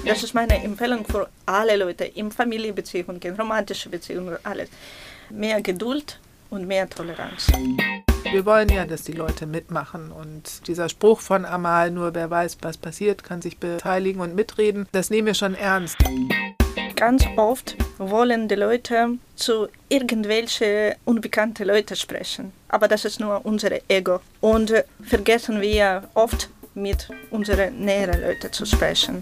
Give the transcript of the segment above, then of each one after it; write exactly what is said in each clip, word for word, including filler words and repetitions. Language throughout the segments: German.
Das ist meine Empfehlung für alle Leute in Familienbeziehungen, romantische Beziehungen, alles. Mehr Geduld und mehr Toleranz. Wir wollen ja, dass die Leute mitmachen und dieser Spruch von Amal, nur wer weiß, was passiert, kann sich beteiligen und mitreden, das nehmen wir schon ernst. Ganz oft wollen die Leute zu irgendwelchen unbekannten Leuten sprechen, aber das ist nur unser Ego und vergessen wir oft mit unseren näheren Leuten zu sprechen.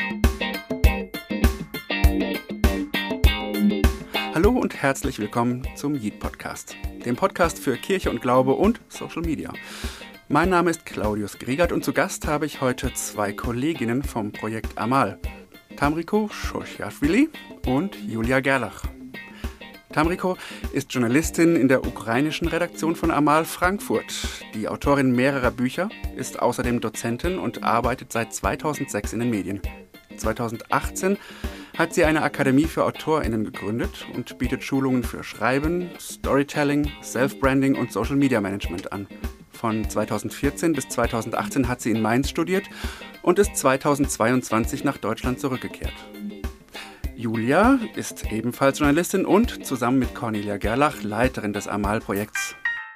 Hallo und herzlich willkommen zum Jid-Podcast, dem Podcast für Kirche und Glaube und Social Media. Mein Name ist Claudius Griegert und zu Gast habe ich heute zwei Kolleginnen vom Projekt Amal, Tamriko Shoshaishvili und Julia Gerlach. Tamriko ist Journalistin in der ukrainischen Redaktion von Amal Frankfurt. Die Autorin mehrerer Bücher, ist außerdem Dozentin und arbeitet seit zweitausendsechs in den Medien. zweitausendachtzehn hat sie eine Akademie für AutorInnen gegründet und bietet Schulungen für Schreiben, Storytelling, Self-Branding und Social Media Management an. Von zweitausendvierzehn bis zweitausendachtzehn hat sie in Mainz studiert und ist zweitausendzweiundzwanzig nach Deutschland zurückgekehrt. Julia ist ebenfalls Journalistin und zusammen mit Cornelia Gerlach Leiterin des Amal-Projekts.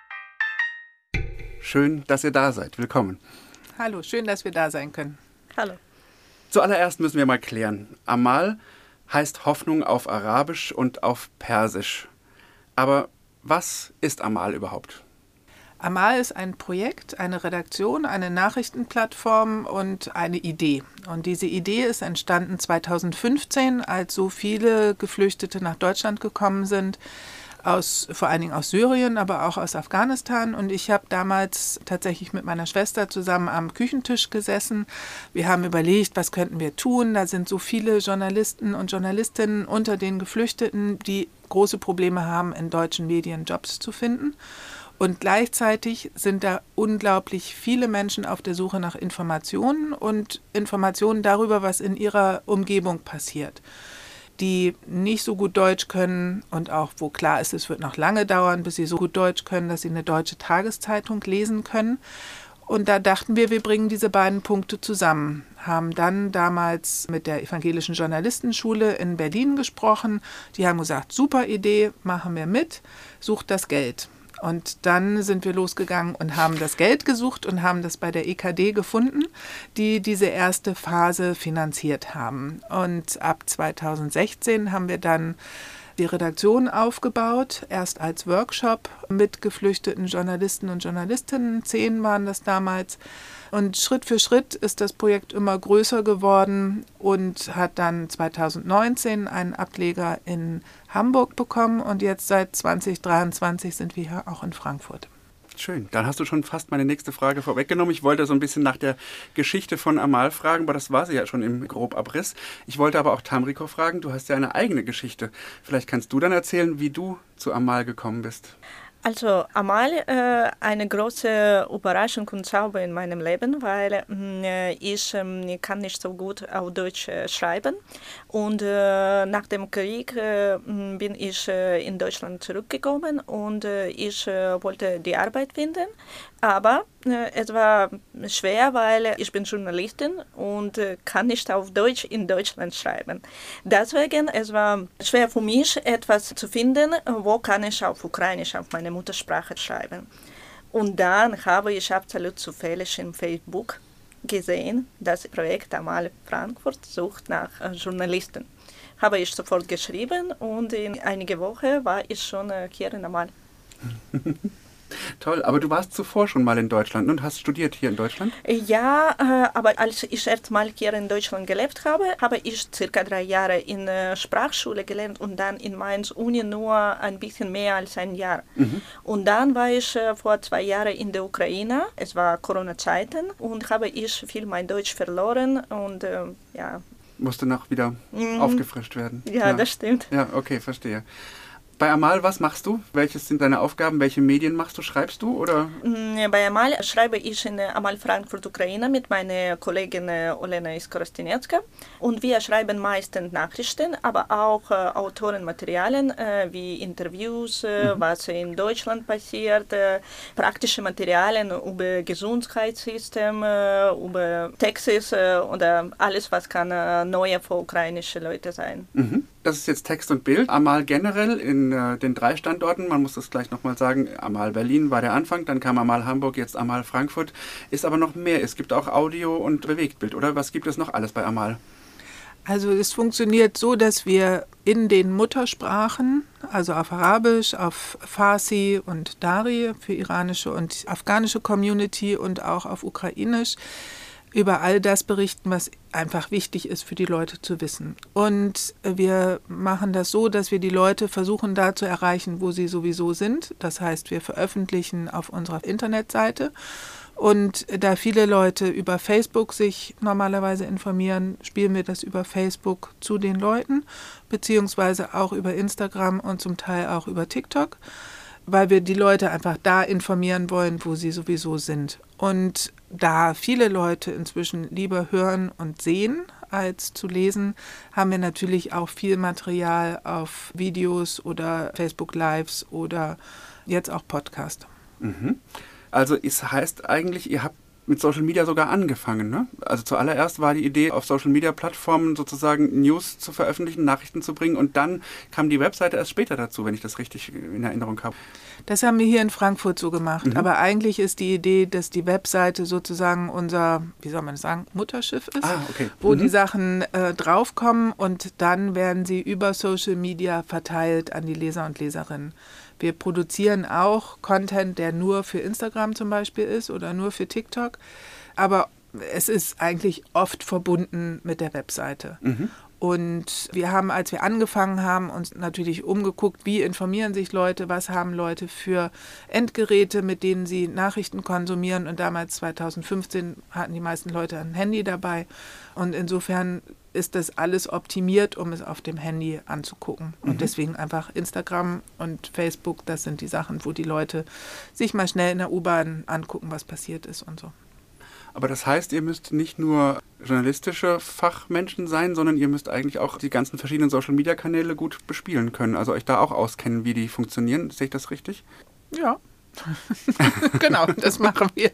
Schön, dass ihr da seid. Willkommen. Hallo, schön, dass wir da sein können. Hallo. Zuallererst müssen wir mal klären. Amal heißt Hoffnung auf Arabisch und auf Persisch. Aber was ist Amal überhaupt? Amal ist ein Projekt, eine Redaktion, eine Nachrichtenplattform und eine Idee. Und diese Idee ist entstanden zweitausendfünfzehn, als so viele Geflüchtete nach Deutschland gekommen sind, aus, vor allen Dingen aus Syrien, aber auch aus Afghanistan. Und ich habe damals tatsächlich mit meiner Schwester zusammen am Küchentisch gesessen. Wir haben überlegt, was könnten wir tun. Da sind so viele Journalisten und Journalistinnen unter den Geflüchteten, die große Probleme haben, in deutschen Medien Jobs zu finden. Und gleichzeitig sind da unglaublich viele Menschen auf der Suche nach Informationen und Informationen darüber, was in ihrer Umgebung passiert, die nicht so gut Deutsch können und auch, wo klar ist, es wird noch lange dauern, bis sie so gut Deutsch können, dass sie eine deutsche Tageszeitung lesen können. Und da dachten wir, wir bringen diese beiden Punkte zusammen, haben dann damals mit der Evangelischen Journalistenschule in Berlin gesprochen. Die haben gesagt, super Idee, machen wir mit, sucht das Geld. Und dann sind wir losgegangen und haben das Geld gesucht und haben das bei der E K D gefunden, die diese erste Phase finanziert haben. Und ab zweitausendsechzehn haben wir dann die Redaktion aufgebaut, erst als Workshop mit geflüchteten Journalisten und Journalistinnen, zehn waren das damals. Und Schritt für Schritt ist das Projekt immer größer geworden und hat dann zweitausendneunzehn einen Ableger in Hamburg bekommen und jetzt seit zweitausenddreiundzwanzig sind wir hier auch in Frankfurt. Schön, dann hast du schon fast meine nächste Frage vorweggenommen. Ich wollte so ein bisschen nach der Geschichte von Amal fragen, aber das war sie ja schon im Grobabriss. Ich wollte aber auch Tamriko fragen, du hast ja eine eigene Geschichte. Vielleicht kannst du dann erzählen, wie du zu Amal gekommen bist. Also Amal, äh, eine große Überraschung und Zauber in meinem Leben, weil äh, ich äh, kann nicht so gut auf Deutsch äh, schreiben und äh, nach dem Krieg äh, bin ich äh, in Deutschland zurückgekommen und äh, ich äh, wollte die Arbeit finden, aber äh, es war schwer, weil ich bin Journalistin und äh, kann nicht auf Deutsch in Deutschland schreiben. Deswegen es war schwer für mich, etwas zu finden, wo kann ich auf Ukrainisch, auf meine Muttersprache schreiben. Und dann habe ich absolut zufällig in Facebook gesehen, das Projekt Amal Frankfurt sucht nach Journalisten. Habe ich sofort geschrieben und in einiger Woche war ich schon hier in Amal. Toll, aber du warst zuvor schon mal in Deutschland und hast studiert hier in Deutschland? Ja, äh, aber als ich erst mal hier in Deutschland gelebt habe, habe ich circa drei Jahre in der Sprachschule gelernt und dann in Mainz Uni nur ein bisschen mehr als ein Jahr. Mhm. Und dann war ich äh, vor zwei Jahren in der Ukraine, es war Corona-Zeiten und habe ich viel mein Deutsch verloren und äh, ja. Musste noch wieder mhm. aufgefrischt werden. Ja, ja, das stimmt. Ja, okay, verstehe. Bei Amal, was machst du? Welches sind deine Aufgaben? Welche Medien machst du? Schreibst du? Oder? Bei Amal schreibe ich in Amal Frankfurt, Ukraine mit meiner Kollegin Olena Iskorostinetska. Und wir schreiben meistens Nachrichten, aber auch äh, Autorenmaterialien äh, wie Interviews, äh, mhm. was in Deutschland passiert, äh, praktische Materialien über Gesundheitssystem, äh, über Texte äh, oder alles, was kann äh, neu für ukrainische Leute sein. Mhm. Das ist jetzt Text und Bild. Amal generell in äh, den drei Standorten, man muss das gleich nochmal sagen, Amal Berlin war der Anfang, dann kam Amal Hamburg, jetzt Amal Frankfurt. Ist aber noch mehr. Es gibt auch Audio und Bewegtbild, oder? Was gibt es noch alles bei Amal? Also es funktioniert so, dass wir in den Muttersprachen, also auf Arabisch, auf Farsi und Dari für iranische und afghanische Community und auch auf Ukrainisch, über all das berichten, was einfach wichtig ist für die Leute zu wissen. Und wir machen das so, dass wir die Leute versuchen da zu erreichen, wo sie sowieso sind. Das heißt, wir veröffentlichen auf unserer Internetseite. Und da viele Leute über Facebook sich normalerweise informieren, spielen wir das über Facebook zu den Leuten, beziehungsweise auch über Instagram und zum Teil auch über TikTok, weil wir die Leute einfach da informieren wollen, wo sie sowieso sind. Und da viele Leute inzwischen lieber hören und sehen als zu lesen, haben wir natürlich auch viel Material auf Videos oder Facebook Lives oder jetzt auch Podcast. Mhm. Also es heißt eigentlich, ihr habt mit Social Media sogar angefangen, ne? Also zuallererst war die Idee, auf Social Media Plattformen sozusagen News zu veröffentlichen, Nachrichten zu bringen und dann kam die Webseite erst später dazu, wenn ich das richtig in Erinnerung habe. Das haben wir hier in Frankfurt so gemacht, mhm. aber eigentlich ist die Idee, dass die Webseite sozusagen unser, wie soll man das sagen, Mutterschiff ist, ah, okay. wo mhm. die Sachen äh, draufkommen und dann werden sie über Social Media verteilt an die Leser und Leserinnen. Wir produzieren auch Content, der nur für Instagram zum Beispiel ist oder nur für TikTok. Aber es ist eigentlich oft verbunden mit der Webseite. Mhm. Und wir haben, als wir angefangen haben, uns natürlich umgeguckt, wie informieren sich Leute, was haben Leute für Endgeräte, mit denen sie Nachrichten konsumieren. Und damals, zweitausendfünfzehn, hatten die meisten Leute ein Handy dabei. Und insofern ist das alles optimiert, um es auf dem Handy anzugucken. Und mhm. deswegen einfach Instagram und Facebook, das sind die Sachen, wo die Leute sich mal schnell in der U-Bahn angucken, was passiert ist und so. Aber das heißt, ihr müsst nicht nur journalistische Fachmenschen sein, sondern ihr müsst eigentlich auch die ganzen verschiedenen Social-Media-Kanäle gut bespielen können. Also euch da auch auskennen, wie die funktionieren. Sehe ich das richtig? Ja. Genau, das machen wir.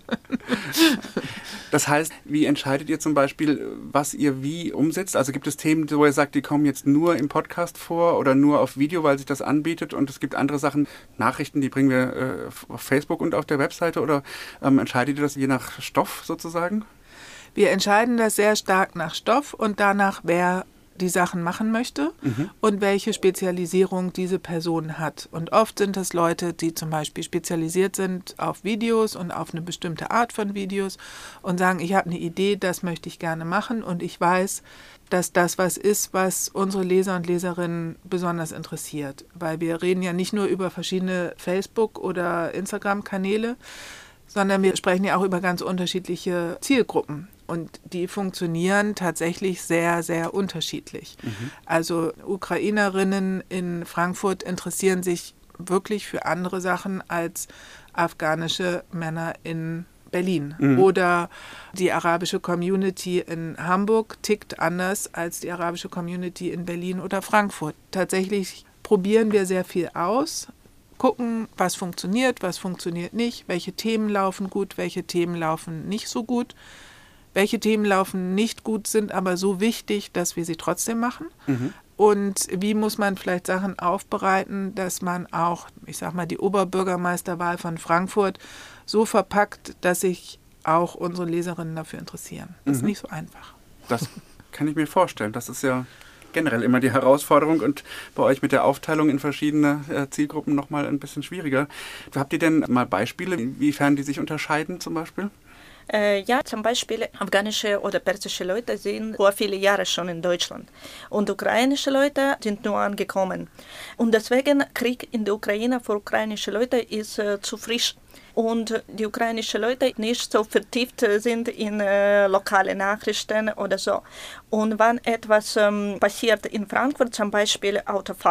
Das heißt, wie entscheidet ihr zum Beispiel, was ihr wie umsetzt? Also gibt es Themen, wo ihr sagt, die kommen jetzt nur im Podcast vor oder nur auf Video, weil sich das anbietet, und es gibt andere Sachen, Nachrichten, die bringen wir äh, auf Facebook und auf der Webseite, oder ähm, entscheidet ihr das je nach Stoff sozusagen? Wir entscheiden das sehr stark nach Stoff und danach, wer die Sachen machen möchte mhm. und welche Spezialisierung diese Person hat. Und oft sind es Leute, die zum Beispiel spezialisiert sind auf Videos und auf eine bestimmte Art von Videos und sagen, ich habe eine Idee, das möchte ich gerne machen und ich weiß, dass das was ist, was unsere Leser und Leserinnen besonders interessiert. Weil wir reden ja nicht nur über verschiedene Facebook- oder Instagram-Kanäle, sondern wir sprechen ja auch über ganz unterschiedliche Zielgruppen. Und die funktionieren tatsächlich sehr, sehr unterschiedlich. Mhm. Also Ukrainerinnen in Frankfurt interessieren sich wirklich für andere Sachen als afghanische Männer in Berlin. Mhm. Oder die arabische Community in Hamburg tickt anders als die arabische Community in Berlin oder Frankfurt. Tatsächlich probieren wir sehr viel aus, gucken, was funktioniert, was funktioniert nicht, welche Themen laufen gut, welche Themen laufen nicht so gut. Welche Themen laufen nicht gut, sind aber so wichtig, dass wir sie trotzdem machen. Mhm. Und wie muss man vielleicht Sachen aufbereiten, dass man auch, ich sag mal, die Oberbürgermeisterwahl von Frankfurt so verpackt, dass sich auch unsere Leserinnen dafür interessieren. Das mhm. ist nicht so einfach. Das kann ich mir vorstellen. Das ist ja generell immer die Herausforderung und bei euch mit der Aufteilung in verschiedene äh, Zielgruppen nochmal ein bisschen schwieriger. Habt ihr denn mal Beispiele, inwiefern die sich unterscheiden zum Beispiel? Äh, ja, zum Beispiel afghanische oder persische Leute sind vor vielen Jahren schon in Deutschland und ukrainische Leute sind nur angekommen. Und deswegen Krieg in der Ukraine für ukrainische Leute ist äh, zu frisch. Und die ukrainischen Leute nicht so vertieft sind in äh, lokale Nachrichten oder so. Und wenn etwas ähm, passiert in Frankfurt, zum Beispiel Autofall,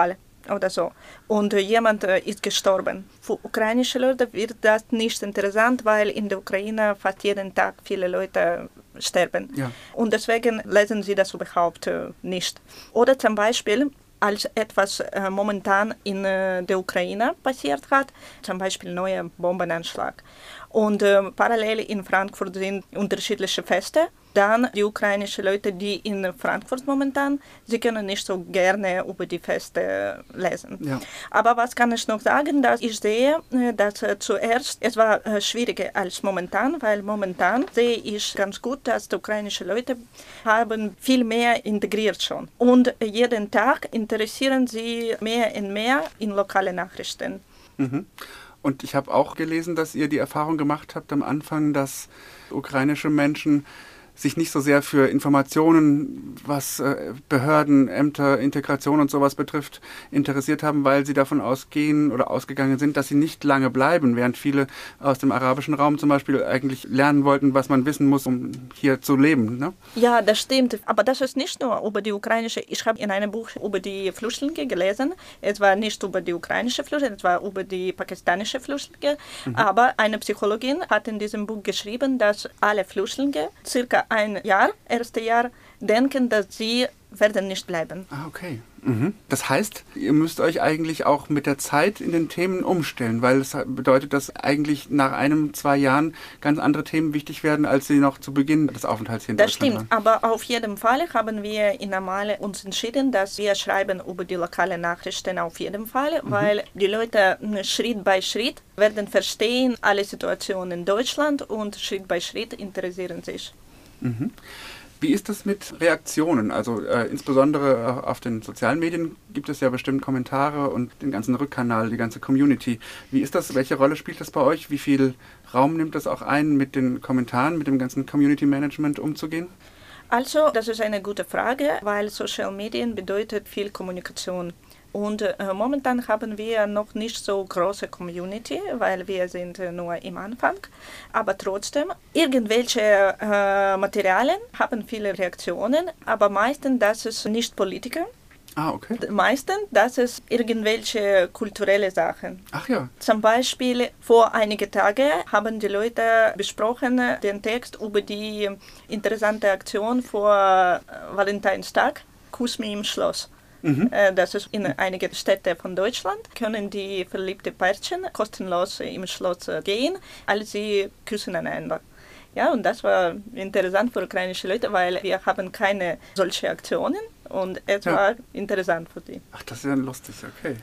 oder so. Und äh, jemand äh, ist gestorben. Für ukrainische Leute wird das nicht interessant, weil in der Ukraine fast jeden Tag viele Leute sterben. Ja. Und deswegen lesen sie das überhaupt äh, nicht. Oder zum Beispiel, als etwas äh, momentan in äh, der Ukraine passiert hat, zum Beispiel neuer Bombenanschlag. Und äh, parallel in Frankfurt sind unterschiedliche Feste. Dann die ukrainischen Leute, die in Frankfurt momentan, sie können nicht so gerne über die Feste lesen. Ja. Aber was kann ich noch sagen, dass ich sehe, dass äh, zuerst es war äh, schwieriger als momentan, weil momentan sehe ich ganz gut, dass die ukrainischen Leute haben viel mehr integriert schon. Und äh, jeden Tag interessieren sie mehr und mehr in lokale Nachrichten. Mhm. Und ich habe auch gelesen, dass ihr die Erfahrung gemacht habt am Anfang, dass ukrainische Menschen sich nicht so sehr für Informationen, was äh, Behörden, Ämter, Integration und sowas betrifft, interessiert haben, weil sie davon ausgehen oder ausgegangen sind, dass sie nicht lange bleiben, während viele aus dem arabischen Raum zum Beispiel eigentlich lernen wollten, was man wissen muss, um hier zu leben. Ne? Ja, das stimmt. Aber das ist nicht nur über die ukrainische. Ich habe in einem Buch über die Flüchtlinge gelesen. Es war nicht über die ukrainische Flüchtlinge, es war über die pakistanische Flüchtlinge. Mhm. Aber eine Psychologin hat in diesem Buch geschrieben, dass alle Flüchtlinge circa ein Jahr, erste Jahr, denken, dass sie werden nicht bleiben. Ah, okay. Mhm. Das heißt, ihr müsst euch eigentlich auch mit der Zeit in den Themen umstellen, weil es bedeutet, dass eigentlich nach einem, zwei Jahren ganz andere Themen wichtig werden, als sie noch zu Beginn des Aufenthalts hier in das Deutschland stimmt, waren. aber auf jeden Fall haben wir in Amale uns entschieden, dass wir schreiben über die lokalen Nachrichten auf jeden Fall, mhm. weil die Leute Schritt bei Schritt werden verstehen alle Situationen in Deutschland und Schritt bei Schritt interessieren sich. Mhm. Wie ist das mit Reaktionen? Also äh, insbesondere auf den sozialen Medien gibt es ja bestimmt Kommentare und den ganzen Rückkanal, die ganze Community. Wie ist das? Welche Rolle spielt das bei euch? Wie viel Raum nimmt das auch ein, mit den Kommentaren, mit dem ganzen Community Management umzugehen? Also, das ist eine gute Frage, weil Social Medien bedeutet viel Kommunikation. Und äh, momentan haben wir noch nicht so große Community, weil wir sind äh, nur im Anfang. Aber trotzdem, irgendwelche äh, Materialien haben viele Reaktionen, aber meistens das ist nicht Politiker. Ah, okay. Meistens das ist irgendwelche kulturelle Sachen. Ach ja. Zum Beispiel vor einigen Tagen haben die Leute besprochen den Text über die interessante Aktion vor äh, Valentinstag, Kuss mich im Schloss. Mhm. Das ist in einigen Städten von Deutschland, können die verliebten Pärchen kostenlos im Schloss gehen, alle sie küssen einander. Ja, und das war interessant für ukrainische Leute, weil wir haben keine solche Aktionen und es ja. war interessant für die. Ach, das ist ja lustig, okay.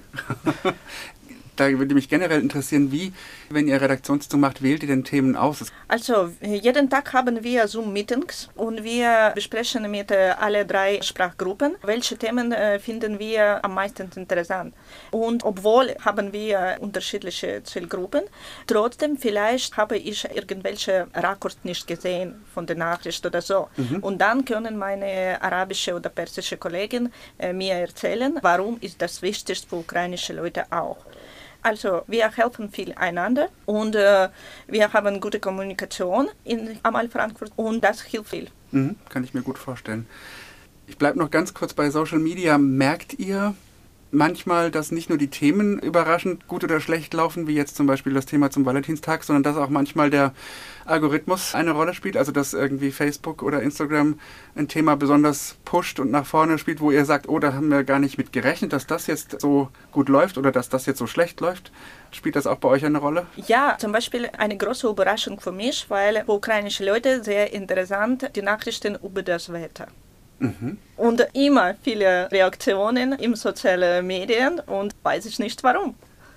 Da würde mich generell interessieren, wie, wenn ihr Redaktionssitzung macht, wählt ihr denn Themen aus? Also, jeden Tag haben wir Zoom-Meetings und wir besprechen mit äh, alle drei Sprachgruppen, welche Themen äh, finden wir am meisten interessant. Und obwohl haben wir unterschiedliche Zielgruppen, trotzdem vielleicht habe ich irgendwelche Rakurs nicht gesehen von der Nachricht oder so. Mhm. Und dann können meine arabische oder persische Kollegen äh, mir erzählen, warum ist das wichtig für ukrainische Leute auch. Also wir helfen viel einander und äh, wir haben gute Kommunikation in Amal Frankfurt und das hilft viel. Mhm, kann ich mir gut vorstellen. Ich bleibe noch ganz kurz bei Social Media. Merkt ihr manchmal, dass nicht nur die Themen überraschend gut oder schlecht laufen, wie jetzt zum Beispiel das Thema zum Valentinstag, sondern dass auch manchmal der Algorithmus eine Rolle spielt, also dass irgendwie Facebook oder Instagram ein Thema besonders pusht und nach vorne spielt, wo ihr sagt, oh, da haben wir gar nicht mit gerechnet, dass das jetzt so gut läuft oder dass das jetzt so schlecht läuft. Spielt das auch bei euch eine Rolle? Ja, zum Beispiel eine große Überraschung für mich, weil für ukrainische Leute sehr interessant die Nachrichten über das Wetter. Mhm. Und immer viele Reaktionen in sozialen Medien und weiß ich nicht warum.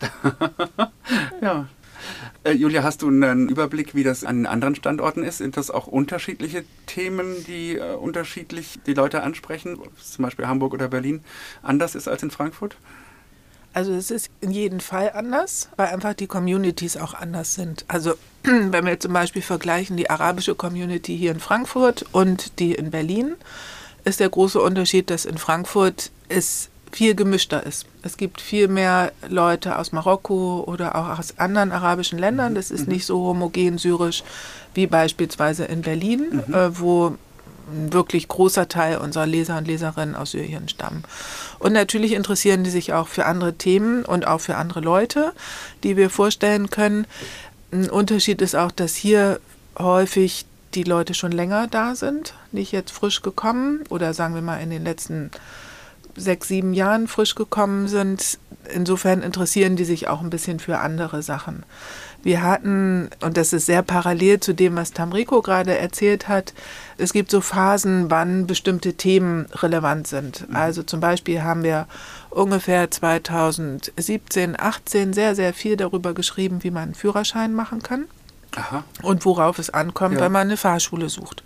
Ja. Äh, Julia, hast du einen Überblick, wie das an anderen Standorten ist? Sind das auch unterschiedliche Themen, die äh, unterschiedlich die Leute ansprechen? Zum Beispiel Hamburg oder Berlin anders ist als in Frankfurt? Also es ist in jedem Fall anders, weil einfach die Communities auch anders sind. Also wenn wir zum Beispiel vergleichen die arabische Community hier in Frankfurt und die in Berlin, ist der große Unterschied, dass in Frankfurt es viel gemischter ist. Es gibt viel mehr Leute aus Marokko oder auch aus anderen arabischen Ländern. Das ist mhm. nicht so homogen syrisch wie beispielsweise in Berlin, mhm. äh, wo ein wirklich großer Teil unserer Leser und Leserinnen aus Syrien stammen. Und natürlich interessieren die sich auch für andere Themen und auch für andere Leute, die wir vorstellen können. Ein Unterschied ist auch, dass hier häufig die Leute schon länger da sind, nicht jetzt frisch gekommen oder sagen wir mal in den letzten sechs, sieben Jahren frisch gekommen sind. Insofern interessieren die sich auch ein bisschen für andere Sachen. Wir hatten, und das ist sehr parallel zu dem, was Tamrico gerade erzählt hat, es gibt so Phasen, wann bestimmte Themen relevant sind. Mhm. Also zum Beispiel haben wir ungefähr zweitausendsiebzehn, achtzehn sehr, sehr viel darüber geschrieben, wie man einen Führerschein machen kann. Aha. Und worauf es ankommt, ja. wenn man eine Fahrschule sucht.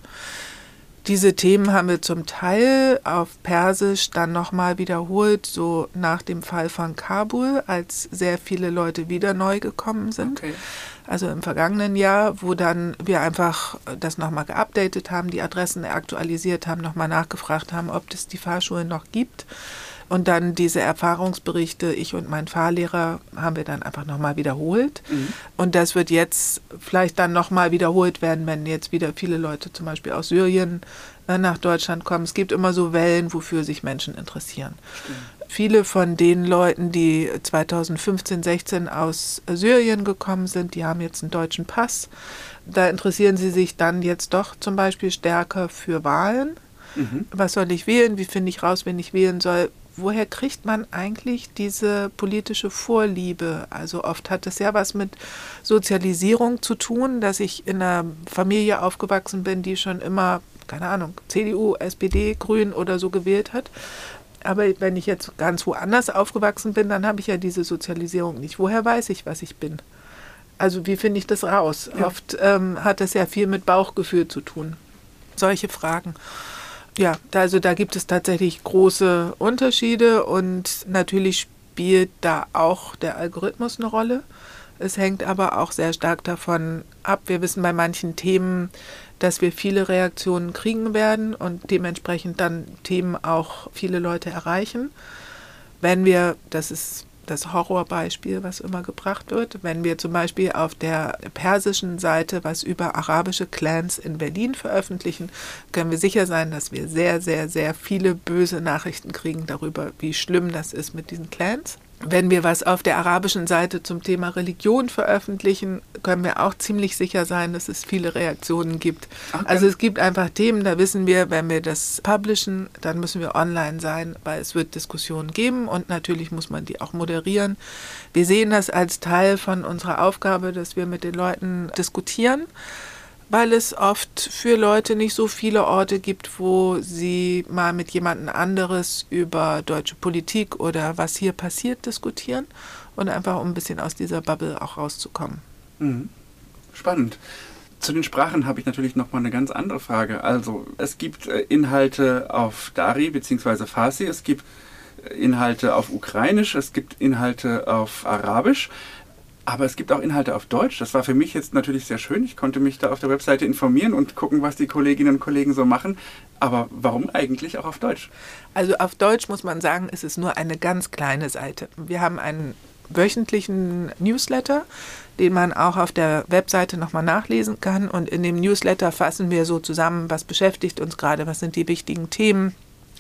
Diese Themen haben wir zum Teil auf Persisch dann nochmal wiederholt, so nach dem Fall von Kabul, als sehr viele Leute wieder neu gekommen sind. Okay. Also im vergangenen Jahr, wo dann wir einfach das nochmal geupdatet haben, die Adressen aktualisiert haben, nochmal nachgefragt haben, ob es die Fahrschulen noch gibt. Und dann diese Erfahrungsberichte, ich und mein Fahrlehrer, haben wir dann einfach nochmal wiederholt. Mhm. Und das wird jetzt vielleicht dann nochmal wiederholt werden, wenn jetzt wieder viele Leute zum Beispiel aus Syrien äh, nach Deutschland kommen. Es gibt immer so Wellen, wofür sich Menschen interessieren. Stimmt. Viele von den Leuten, die zweitausendfünfzehn, sechzehn aus Syrien gekommen sind, die haben jetzt einen deutschen Pass. Da interessieren sie sich dann jetzt doch zum Beispiel stärker für Wahlen. Mhm. Was soll ich wählen? Wie finde ich raus, wen ich wählen soll? Woher kriegt man eigentlich diese politische Vorliebe? Also oft hat es ja was mit Sozialisierung zu tun, dass ich in einer Familie aufgewachsen bin, die schon immer, keine Ahnung, C D U, S P D, Grün oder so gewählt hat. Aber wenn ich jetzt ganz woanders aufgewachsen bin, dann habe ich ja diese Sozialisierung nicht. Woher weiß ich, was ich bin? Also wie finde ich das raus? Ja. Oft ähm, hat das ja viel mit Bauchgefühl zu tun. Solche Fragen. Ja, also da gibt es tatsächlich große Unterschiede und natürlich spielt da auch der Algorithmus eine Rolle. Es hängt aber auch sehr stark davon ab. Wir wissen bei manchen Themen, dass wir viele Reaktionen kriegen werden und dementsprechend dann Themen auch viele Leute erreichen. Wenn wir, das ist das Horrorbeispiel, was immer gebracht wird, wenn wir zum Beispiel auf der persischen Seite was über arabische Clans in Berlin veröffentlichen, können wir sicher sein, dass wir sehr, sehr, sehr viele böse Nachrichten kriegen darüber, wie schlimm das ist mit diesen Clans. Wenn wir was auf der arabischen Seite zum Thema Religion veröffentlichen, können wir auch ziemlich sicher sein, dass es viele Reaktionen gibt. Okay. Also es gibt einfach Themen, da wissen wir, wenn wir das publishen, dann müssen wir online sein, weil es wird Diskussionen geben und natürlich muss man die auch moderieren. Wir sehen das als Teil von unserer Aufgabe, dass wir mit den Leuten diskutieren, weil es oft für Leute nicht so viele Orte gibt, wo sie mal mit jemandem anderes über deutsche Politik oder was hier passiert diskutieren und einfach um ein bisschen aus dieser Bubble auch rauszukommen. Mhm. Spannend. Zu den Sprachen habe ich natürlich noch mal eine ganz andere Frage. Also es gibt Inhalte auf Dari bzw. Farsi, es gibt Inhalte auf Ukrainisch, es gibt Inhalte auf Arabisch. Aber es gibt auch Inhalte auf Deutsch. Das war für mich jetzt natürlich sehr schön. Ich konnte mich da auf der Webseite informieren und gucken, was die Kolleginnen und Kollegen so machen. Aber warum eigentlich auch auf Deutsch? Also auf Deutsch muss man sagen, ist es nur eine ganz kleine Seite. Wir haben einen wöchentlichen Newsletter, den man auch auf der Webseite nochmal nachlesen kann. Und in dem Newsletter fassen wir so zusammen, was beschäftigt uns gerade, was sind die wichtigen Themen,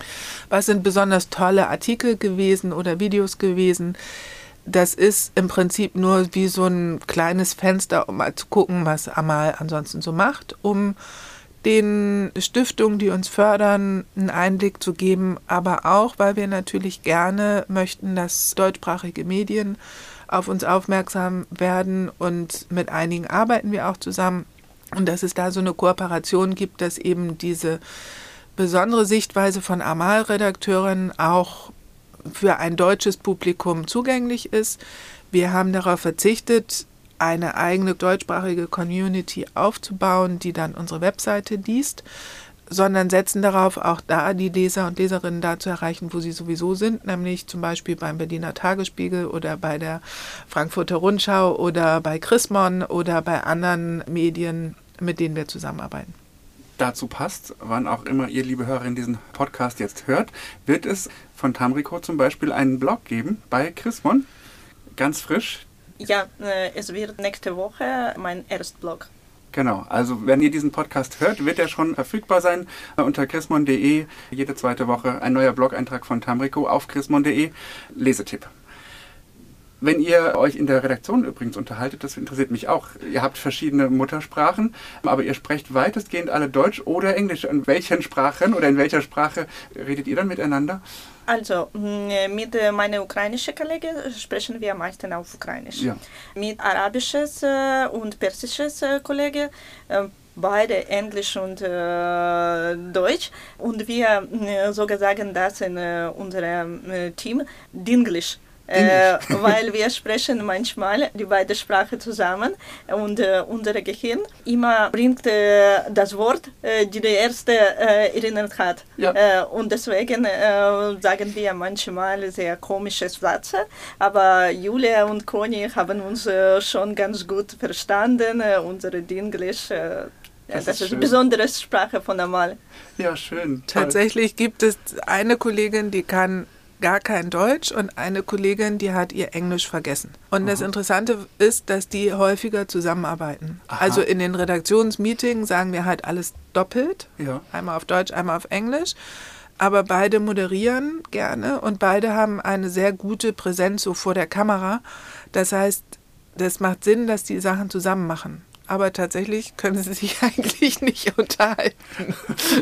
was sind besonders tolle Artikel gewesen oder Videos gewesen. Das ist im Prinzip nur wie so ein kleines Fenster, um mal zu gucken, was Amal ansonsten so macht, um den Stiftungen, die uns fördern, einen Einblick zu geben, aber auch, weil wir natürlich gerne möchten, dass deutschsprachige Medien auf uns aufmerksam werden und mit einigen arbeiten wir auch zusammen und dass es da so eine Kooperation gibt, dass eben diese besondere Sichtweise von Amal-Redakteuren auch für ein deutsches Publikum zugänglich ist. Wir haben darauf verzichtet, eine eigene deutschsprachige Community aufzubauen, die dann unsere Webseite liest, sondern setzen darauf, auch da die Leser und Leserinnen da zu erreichen, wo sie sowieso sind, nämlich zum Beispiel beim Berliner Tagesspiegel oder bei der Frankfurter Rundschau oder bei Chrismon oder bei anderen Medien, mit denen wir zusammenarbeiten. Dazu passt, wann auch immer ihr, liebe Hörerin, diesen Podcast jetzt hört, wird es von Tamrico zum Beispiel einen Blog geben bei Chrismon, ganz frisch. Ja, äh, es wird nächste Woche mein Erstblog Genau, also wenn ihr diesen Podcast hört, wird er schon verfügbar sein äh, unter chrismon punkt de. Jede zweite Woche ein neuer Blog-Eintrag von Tamrico auf chrismon punkt de. Lesetipp. Wenn ihr euch in der Redaktion übrigens unterhaltet, das interessiert mich auch. Ihr habt verschiedene Muttersprachen, aber ihr sprecht weitestgehend alle Deutsch oder Englisch. In welchen Sprachen oder in welcher Sprache redet ihr dann miteinander? Also, mit meiner ukrainischen Kollegin sprechen wir meistens auf Ukrainisch. Ja. Mit arabisches und persisches Kollegen beide Englisch und äh, Deutsch. Und wir äh, sogar sagen das in äh, unserem äh, Team, Dinglish. Äh, weil wir sprechen manchmal die beiden Sprachen zusammen und äh, unser Gehirn immer bringt äh, das Wort, äh, die der erste äh, erinnert hat. Ja. Äh, und deswegen äh, sagen wir manchmal sehr komische Sätze, aber Julia und Conny haben uns äh, schon ganz gut verstanden, äh, unsere Dinglish. Äh, Das, das ist, ist eine besondere Sprache von Amal. Ja, schön. Tatsächlich gibt es eine Kollegin, die kann gar kein Deutsch und eine Kollegin, die hat ihr Englisch vergessen. Und Aha. das Interessante ist, dass die häufiger zusammenarbeiten. Aha. Also in den Redaktionsmeetings sagen wir halt alles doppelt. Ja. Einmal auf Deutsch, einmal auf Englisch. Aber beide moderieren gerne und beide haben eine sehr gute Präsenz so vor der Kamera. Das heißt, das macht Sinn, dass die Sachen zusammen machen. Aber tatsächlich können sie sich eigentlich nicht unterhalten.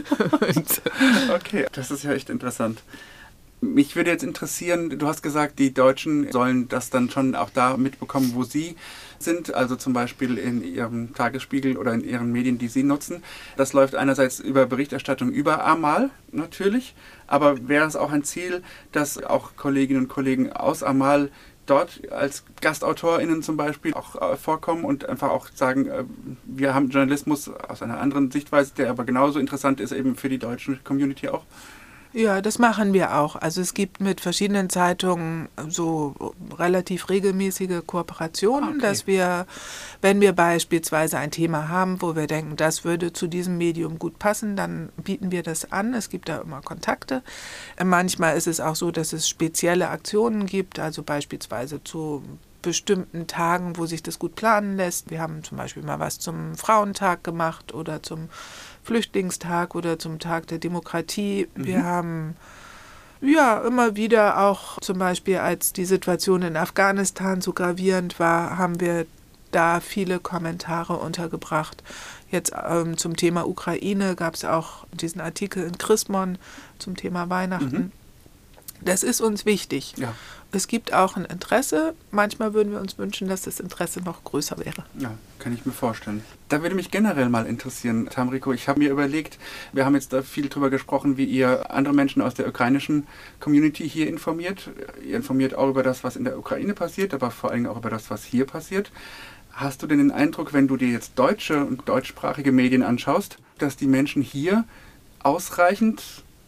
Okay, das ist ja echt interessant. Mich würde jetzt interessieren, du hast gesagt, die Deutschen sollen das dann schon auch da mitbekommen, wo sie sind, also zum Beispiel in ihrem Tagesspiegel oder in ihren Medien, die sie nutzen. Das läuft einerseits über Berichterstattung über Amal natürlich, aber wäre es auch ein Ziel, dass auch Kolleginnen und Kollegen aus Amal dort als GastautorInnen zum Beispiel auch äh, vorkommen und einfach auch sagen, äh, wir haben Journalismus aus einer anderen Sichtweise, der aber genauso interessant ist eben für die deutsche Community auch? Ja, das machen wir auch. Also es gibt mit verschiedenen Zeitungen so relativ regelmäßige Kooperationen, okay. dass wir, wenn wir beispielsweise ein Thema haben, wo wir denken, das würde zu diesem Medium gut passen, dann bieten wir das an. Es gibt da immer Kontakte. Manchmal ist es auch so, dass es spezielle Aktionen gibt, also beispielsweise zu bestimmten Tagen, wo sich das gut planen lässt. Wir haben zum Beispiel mal was zum Frauentag gemacht oder zum Flüchtlingstag oder zum Tag der Demokratie. Mhm. Wir haben ja immer wieder auch zum Beispiel, als die Situation in Afghanistan so gravierend war, haben wir da viele Kommentare untergebracht. Jetzt ähm, zum Thema Ukraine gab es auch diesen Artikel in Chrismon zum Thema Weihnachten. Mhm. Das ist uns wichtig. Ja. Es gibt auch ein Interesse. Manchmal würden wir uns wünschen, dass das Interesse noch größer wäre. Ja, kann ich mir vorstellen. Da würde mich generell mal interessieren, Tamrico. Ich habe mir überlegt, wir haben jetzt da viel drüber gesprochen, wie ihr andere Menschen aus der ukrainischen Community hier informiert. Ihr informiert auch über das, was in der Ukraine passiert, aber vor allem auch über das, was hier passiert. Hast du denn den Eindruck, wenn du dir jetzt deutsche und deutschsprachige Medien anschaust, dass die Menschen hier ausreichend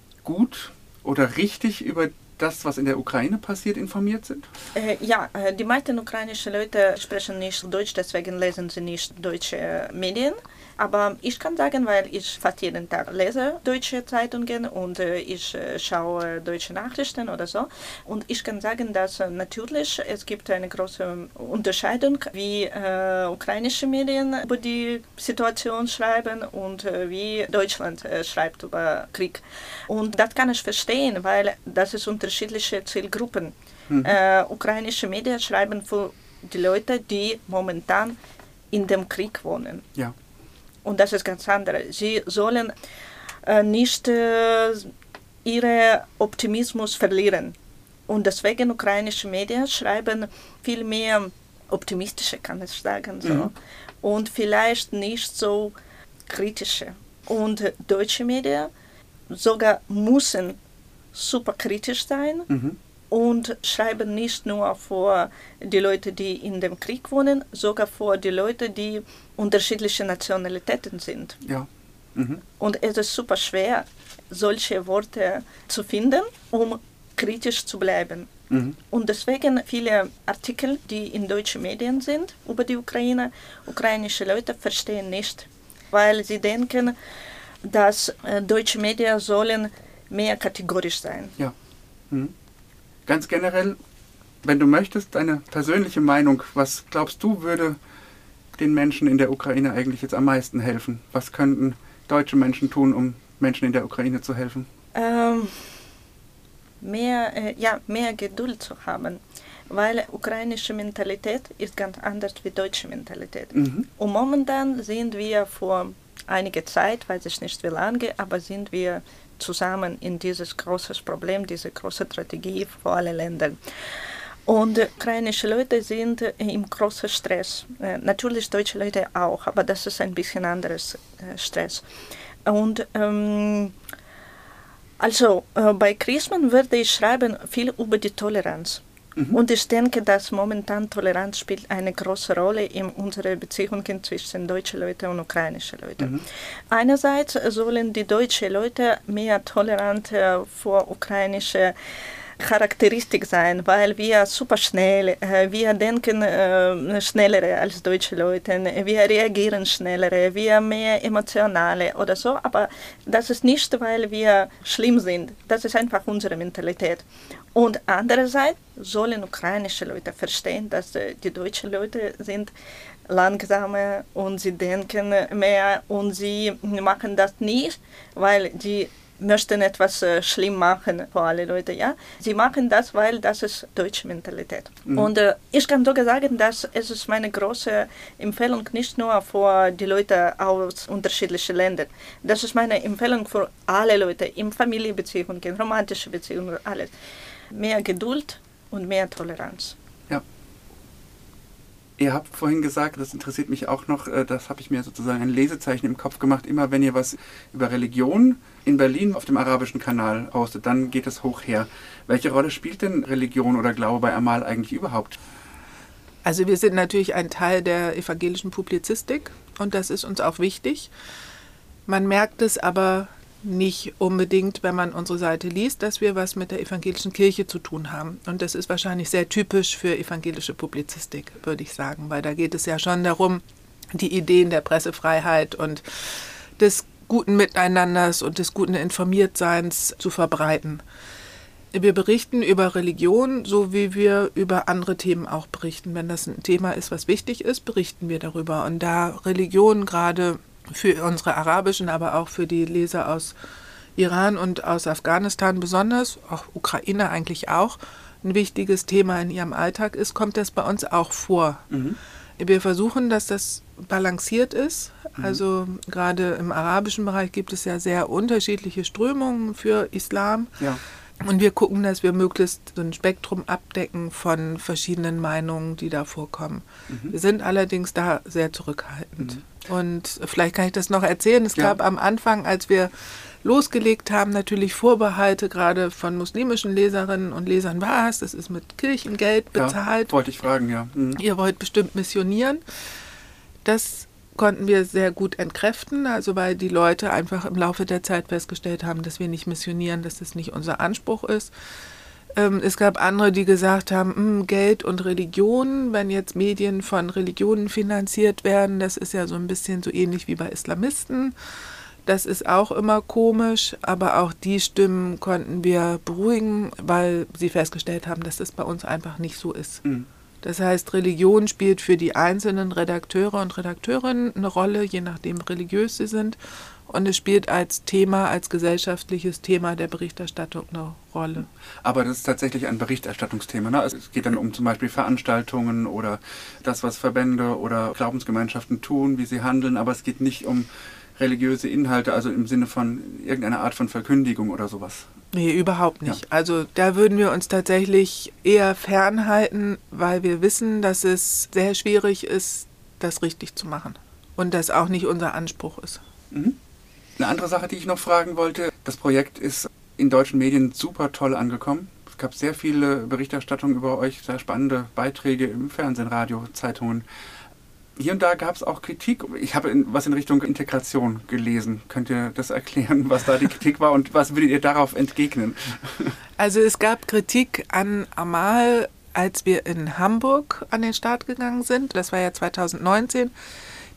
gut oder richtig über das, was in der Ukraine passiert, informiert sind? Äh, ja, die meisten ukrainischen Leute sprechen nicht Deutsch, deswegen lesen sie nicht deutsche Medien. Aber ich kann sagen, weil ich fast jeden Tag lese deutsche Zeitungen und äh, ich äh, schaue deutsche Nachrichten oder so. Und ich kann sagen, dass äh, natürlich es gibt eine große Unterscheidung, wie äh, ukrainische Medien über die Situation schreiben und äh, wie Deutschland äh, schreibt über Krieg. Und das kann ich verstehen, weil das ist unterschiedliche Zielgruppen. Mhm. Äh, ukrainische Medien schreiben für die Leute, die momentan in dem Krieg wohnen. Ja. Und das ist ganz anders. Sie sollen äh, nicht äh, ihren Optimismus verlieren. Und deswegen ukrainische Medien schreiben viel mehr optimistische, kann ich sagen. So. Mhm. Und vielleicht nicht so kritische. Und äh, deutsche Medien sogar müssen super kritisch sein. Mhm. Und schreiben nicht nur für die Leute, die in dem Krieg wohnen, sogar für die Leute, die unterschiedliche Nationalitäten sind. Ja. Mhm. Und es ist super schwer, solche Worte zu finden, um kritisch zu bleiben. Mhm. Und deswegen viele Artikel, die in deutschen Medien sind über die Ukraine, ukrainische Leute verstehen nicht, weil sie denken, dass äh, deutsche Medien sollen mehr kategorisch sein. Ja. Mhm. Ganz generell, wenn du möchtest, deine persönliche Meinung, was glaubst du, würde den Menschen in der Ukraine eigentlich jetzt am meisten helfen? Was könnten deutsche Menschen tun, um Menschen in der Ukraine zu helfen? Ähm, mehr, äh, ja, mehr Geduld zu haben, weil ukrainische Mentalität ist ganz anders wie deutsche Mentalität. Mhm. Und momentan sind wir vor einiger Zeit, weiß ich nicht wie lange, aber sind wir zusammen in dieses große Problem, diese große Strategie für alle Länder. Und äh, ukrainische Leute sind äh, im großen Stress. Äh, natürlich deutsche Leute auch, aber das ist ein bisschen anderes äh, Stress. Und ähm, also äh, bei Chrisman würde ich schreiben viel über die Toleranz. Mhm. Und ich denke, dass momentan Toleranz spielt eine große Rolle in unseren Beziehungen zwischen deutschen Leuten und ukrainischen Leuten. Mhm. Einerseits sollen die deutschen Leute mehr tolerant äh, für ukrainische Charakteristik sein, weil wir super schnell, äh, wir denken äh, schneller als deutsche Leute, wir reagieren schneller, wir mehr emotionale oder so, aber das ist nicht, weil wir schlimm sind, das ist einfach unsere Mentalität. Und andererseits sollen ukrainische Leute verstehen, dass äh, die deutschen Leute sind langsamer und sie denken mehr und sie machen das nicht, weil die möchten etwas äh, schlimm machen für alle Leute, ja. Sie machen das, weil das ist deutsche Mentalität. Mhm. Und äh, ich kann sogar sagen, dass es ist meine große Empfehlung nicht nur für die Leute aus unterschiedlichen Ländern. Das ist meine Empfehlung für alle Leute in Familienbeziehungen, romantische Beziehungen, alles. Mehr Geduld und mehr Toleranz. Ja. Ihr habt vorhin gesagt, das interessiert mich auch noch, das habe ich mir sozusagen ein Lesezeichen im Kopf gemacht, immer wenn ihr was über Religion in Berlin auf dem arabischen Kanal postet, dann geht es hoch her. Welche Rolle spielt denn Religion oder Glaube bei Amal eigentlich überhaupt? Also wir sind natürlich ein Teil der evangelischen Publizistik und das ist uns auch wichtig. Man merkt es aber nicht unbedingt, wenn man unsere Seite liest, dass wir was mit der evangelischen Kirche zu tun haben. Und das ist wahrscheinlich sehr typisch für evangelische Publizistik, würde ich sagen, weil da geht es ja schon darum, die Ideen der Pressefreiheit und des guten Miteinanders und des guten Informiertseins zu verbreiten. Wir berichten über Religion, so wie wir über andere Themen auch berichten. Wenn das ein Thema ist, was wichtig ist, berichten wir darüber. Und da Religion gerade für unsere arabischen, aber auch für die Leser aus Iran und aus Afghanistan besonders, auch Ukraine eigentlich auch, ein wichtiges Thema in ihrem Alltag ist, kommt das bei uns auch vor. Mhm. Wir versuchen, dass das balanciert ist. Mhm. Also gerade im arabischen Bereich gibt es ja sehr unterschiedliche Strömungen für Islam. Ja. Und wir gucken, dass wir möglichst so ein Spektrum abdecken von verschiedenen Meinungen, die da vorkommen. Mhm. Wir sind allerdings da sehr zurückhaltend. Mhm. Und vielleicht kann ich das noch erzählen. Es ja. gab am Anfang, als wir losgelegt haben, natürlich Vorbehalte, gerade von muslimischen Leserinnen und Lesern. Was? Das ist mit Kirchengeld bezahlt. Ja, wollte ich fragen, ja. Mhm. Ihr wollt bestimmt missionieren. Das konnten wir sehr gut entkräften, also weil die Leute einfach im Laufe der Zeit festgestellt haben, dass wir nicht missionieren, dass das nicht unser Anspruch ist. Ähm, es gab andere, die gesagt haben, mh, Geld und Religion, wenn jetzt Medien von Religionen finanziert werden, das ist ja so ein bisschen so ähnlich wie bei Islamisten. Das ist auch immer komisch, aber auch die Stimmen konnten wir beruhigen, weil sie festgestellt haben, dass das bei uns einfach nicht so ist. Mhm. Das heißt, Religion spielt für die einzelnen Redakteure und Redakteurinnen eine Rolle, je nachdem religiös sie sind. Und es spielt als Thema, als gesellschaftliches Thema der Berichterstattung eine Rolle. Aber das ist tatsächlich ein Berichterstattungsthema, ne? Es geht dann um zum Beispiel Veranstaltungen oder das, was Verbände oder Glaubensgemeinschaften tun, wie sie handeln. Aber es geht nicht um religiöse Inhalte, also im Sinne von irgendeiner Art von Verkündigung oder sowas. Nee, überhaupt nicht. Ja. Also da würden wir uns tatsächlich eher fernhalten, weil wir wissen, dass es sehr schwierig ist, das richtig zu machen. Und das auch nicht unser Anspruch ist. Mhm. Eine andere Sache, die ich noch fragen wollte, das Projekt ist in deutschen Medien super toll angekommen. Es gab sehr viele Berichterstattungen über euch, sehr spannende Beiträge im Fernsehen, Radio, Zeitungen. Hier und da gab es auch Kritik. Ich habe in, was in Richtung Integration gelesen. Könnt ihr das erklären, was da die Kritik war und was würdet ihr darauf entgegnen? Also es gab Kritik an Amal, als wir in Hamburg an den Start gegangen sind. Das war ja zweitausendneunzehn.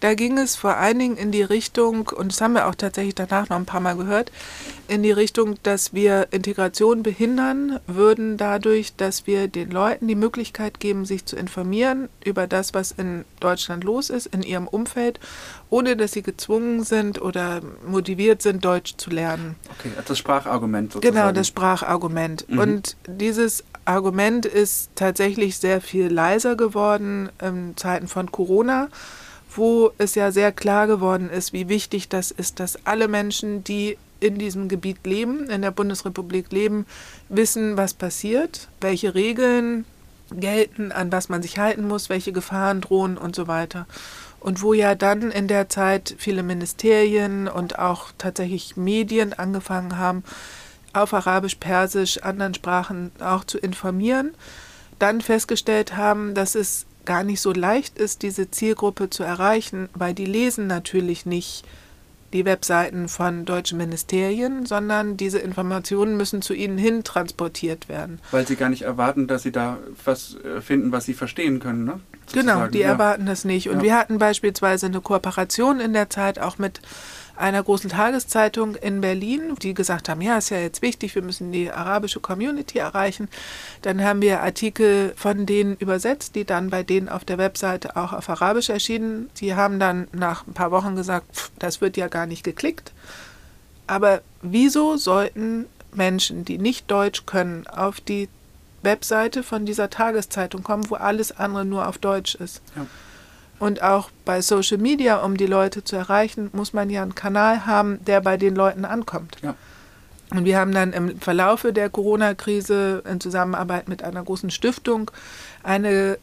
Da ging es vor allen Dingen in die Richtung, und das haben wir auch tatsächlich danach noch ein paar Mal gehört, in die Richtung, dass wir Integration behindern würden dadurch, dass wir den Leuten die Möglichkeit geben, sich zu informieren über das, was in Deutschland los ist, in ihrem Umfeld, ohne dass sie gezwungen sind oder motiviert sind, Deutsch zu lernen. Okay, das Sprachargument sozusagen. Genau, das Sprachargument. Mhm. Und dieses Argument ist tatsächlich sehr viel leiser geworden in Zeiten von Corona, wo es ja sehr klar geworden ist, wie wichtig das ist, dass alle Menschen, die in diesem Gebiet leben, in der Bundesrepublik leben, wissen, was passiert, welche Regeln gelten, an was man sich halten muss, welche Gefahren drohen und so weiter. Und wo ja dann in der Zeit viele Ministerien und auch tatsächlich Medien angefangen haben, auf Arabisch, Persisch, anderen Sprachen auch zu informieren, dann festgestellt haben, dass es gar nicht so leicht ist, diese Zielgruppe zu erreichen, weil die lesen natürlich nicht die Webseiten von deutschen Ministerien, sondern diese Informationen müssen zu ihnen hin transportiert werden. Weil sie gar nicht erwarten, dass sie da was finden, was sie verstehen können, ne? Sozusagen. Genau, die ja. erwarten das nicht. Und ja. wir hatten beispielsweise eine Kooperation in der Zeit auch mit einer großen Tageszeitung in Berlin, die gesagt haben, ja, ist ja jetzt wichtig, wir müssen die arabische Community erreichen. Dann haben wir Artikel von denen übersetzt, die dann bei denen auf der Webseite auch auf Arabisch erschienen. Die haben dann nach ein paar Wochen gesagt, pff, das wird ja gar nicht geklickt. Aber wieso sollten Menschen, die nicht Deutsch können, auf die Webseite von dieser Tageszeitung kommen, wo alles andere nur auf Deutsch ist? Ja. Und auch bei Social Media, um die Leute zu erreichen, muss man ja einen Kanal haben, der bei den Leuten ankommt. Ja. Und wir haben dann im Verlaufe der Corona-Krise in Zusammenarbeit mit einer großen Stiftung eine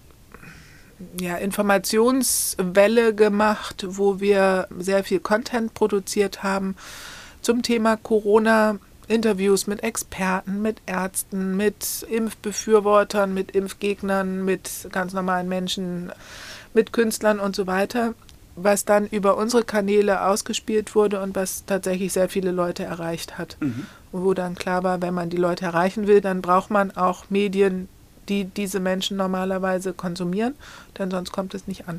ja, Informationswelle gemacht, wo wir sehr viel Content produziert haben zum Thema Corona. Interviews mit Experten, mit Ärzten, mit Impfbefürwortern, mit Impfgegnern, mit ganz normalen Menschen, mit Künstlern und so weiter, was dann über unsere Kanäle ausgespielt wurde und was tatsächlich sehr viele Leute erreicht hat. Mhm. Wo dann klar war, wenn man die Leute erreichen will, dann braucht man auch Medien, die diese Menschen normalerweise konsumieren, denn sonst kommt es nicht an.